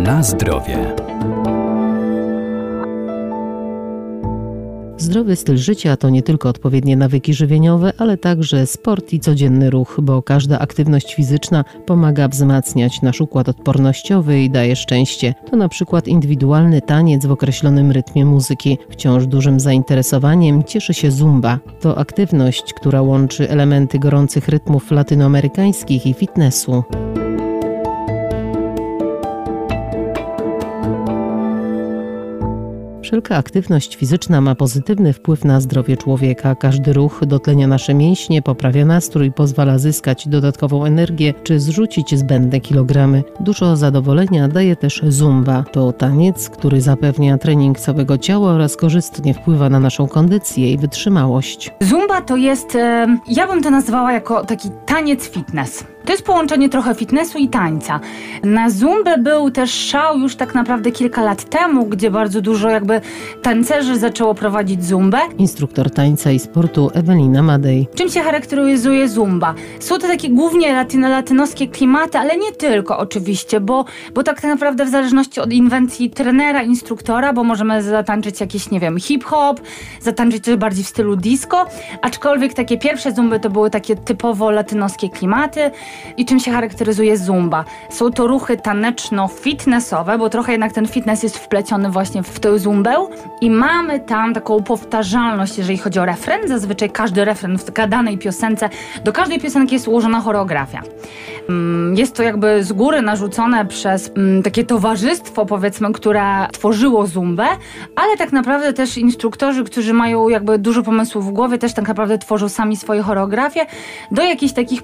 Na zdrowie. Zdrowy styl życia to nie tylko odpowiednie nawyki żywieniowe, ale także sport i codzienny ruch, bo każda aktywność fizyczna pomaga wzmacniać nasz układ odpornościowy i daje szczęście. To na przykład indywidualny taniec w określonym rytmie muzyki. Wciąż dużym zainteresowaniem cieszy się zumba. To aktywność, która łączy elementy gorących rytmów latynoamerykańskich i fitnessu. Wszelka aktywność fizyczna ma pozytywny wpływ na zdrowie człowieka. Każdy ruch dotlenia nasze mięśnie, poprawia nastrój, pozwala zyskać dodatkową energię czy zrzucić zbędne kilogramy. Dużo zadowolenia daje też zumba. To taniec, który zapewnia trening całego ciała oraz korzystnie wpływa na naszą kondycję i wytrzymałość. Zumba to jest, ja bym to nazwała jako taki taniec fitness. To jest połączenie trochę fitnessu i tańca. Na zumbę był też szał już tak naprawdę kilka lat temu, gdzie bardzo dużo tancerzy zaczęło prowadzić zumbę. Instruktor tańca i sportu Ewelina Madej. Czym się charakteryzuje zumba? Są to takie głównie latynoskie klimaty, ale nie tylko oczywiście, bo tak naprawdę w zależności od inwencji trenera, instruktora, bo możemy zatańczyć jakiś, hip-hop, zatańczyć coś bardziej w stylu disco, aczkolwiek takie pierwsze zumby to były takie typowo latynoskie klimaty. I czym się charakteryzuje zumba? Są to ruchy taneczno-fitnessowe, bo trochę jednak ten fitness jest wpleciony właśnie w tę zumbę i mamy tam taką powtarzalność, jeżeli chodzi o refren. Zazwyczaj każdy refren w danej piosence, do każdej piosenki jest ułożona choreografia. Jest to z góry narzucone przez takie towarzystwo, które tworzyło zumbę, ale tak naprawdę też instruktorzy, którzy mają dużo pomysłów w głowie, też tak naprawdę tworzą sami swoje choreografie do jakichś takich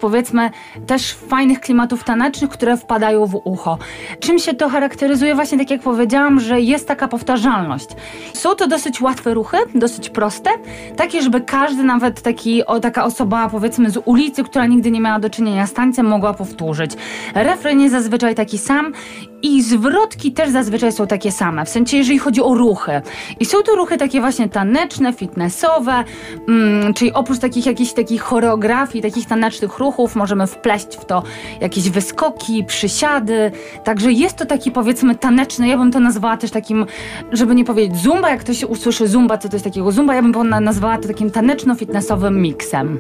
też fajnych klimatów tanecznych, które wpadają w ucho. Czym się to charakteryzuje? Właśnie tak jak powiedziałam, że jest taka powtarzalność. Są to dosyć łatwe ruchy, dosyć proste, takie, żeby każdy, nawet taka osoba z ulicy, która nigdy nie miała do czynienia z tańcem, mogła powtórzyć. Refren jest zazwyczaj taki sam i zwrotki też zazwyczaj są takie same, w sensie jeżeli chodzi o ruchy. I są to ruchy takie właśnie taneczne, fitnessowe, czyli oprócz jakichś takich choreografii, takich tanecznych ruchów, możemy wpleść w to jakieś wyskoki, przysiady, także jest to taki taneczny, ja bym to nazwała też takim, żeby nie powiedzieć zumba, jak ktoś usłyszy zumba, co to jest takiego zumba, ja bym nazwała to takim taneczno-fitnessowym miksem.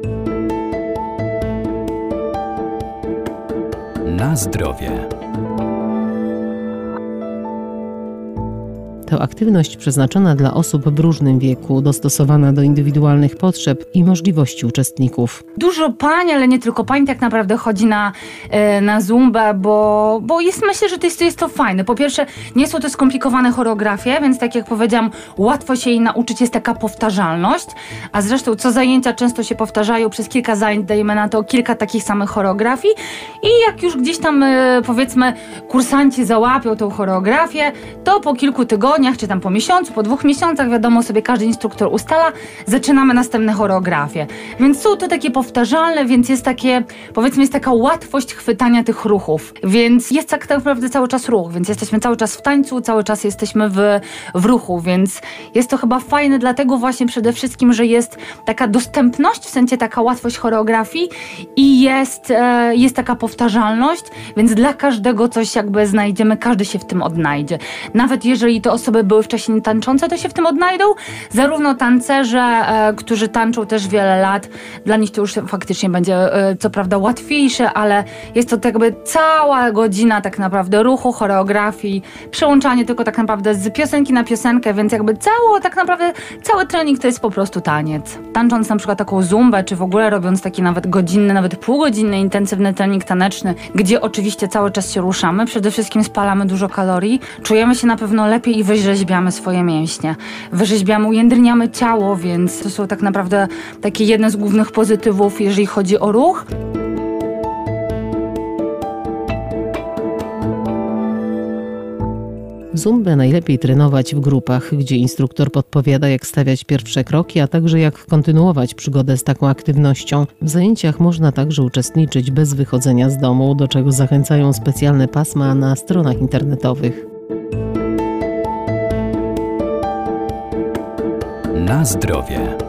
Na zdrowie. To aktywność przeznaczona dla osób w różnym wieku, dostosowana do indywidualnych potrzeb i możliwości uczestników. Dużo pań, ale nie tylko pań tak naprawdę chodzi na zumbę, bo myślę, że jest to fajne. Po pierwsze, nie są to skomplikowane choreografie, więc tak jak powiedziałam, łatwo się jej nauczyć, jest taka powtarzalność, a zresztą co zajęcia często się powtarzają, przez kilka zajęć dajemy na to kilka takich samych choreografii i jak już gdzieś tam kursanci załapią tą choreografię, to po kilku tygodniach, czy tam po miesiącu, po 2 miesiącach, wiadomo sobie, każdy instruktor ustala, zaczynamy następne choreografie. Więc są to takie powtarzalne, więc jest jest taka łatwość chwytania tych ruchów. Więc jest tak naprawdę cały czas ruch, więc jesteśmy cały czas w tańcu, cały czas jesteśmy w ruchu, więc jest to chyba fajne, dlatego właśnie przede wszystkim, że jest taka dostępność, w sensie taka łatwość choreografii i jest taka powtarzalność, więc dla każdego coś znajdziemy, każdy się w tym odnajdzie. Nawet jeżeli to osoby były wcześniej tańczące, to się w tym odnajdą. Zarówno tancerze, którzy tańczą też wiele lat, dla nich to już faktycznie będzie co prawda łatwiejsze, ale jest to cała godzina tak naprawdę ruchu, choreografii, przełączanie tylko tak naprawdę z piosenki na piosenkę, więc cały trening to jest po prostu taniec. Tańcząc na przykład taką zumbę, czy w ogóle robiąc taki nawet godzinny, nawet półgodzinny, intensywny trening taneczny, gdzie oczywiście cały czas się ruszamy, przede wszystkim spalamy dużo kalorii, czujemy się na pewno lepiej i wyrzeźbiamy swoje mięśnie. Ujędrniamy ciało, więc to są tak naprawdę takie jedne z głównych pozytywów, jeżeli chodzi o ruch. Zumbę najlepiej trenować w grupach, gdzie instruktor podpowiada, jak stawiać pierwsze kroki, a także jak kontynuować przygodę z taką aktywnością. W zajęciach można także uczestniczyć bez wychodzenia z domu, do czego zachęcają specjalne pasma na stronach internetowych. Na zdrowie.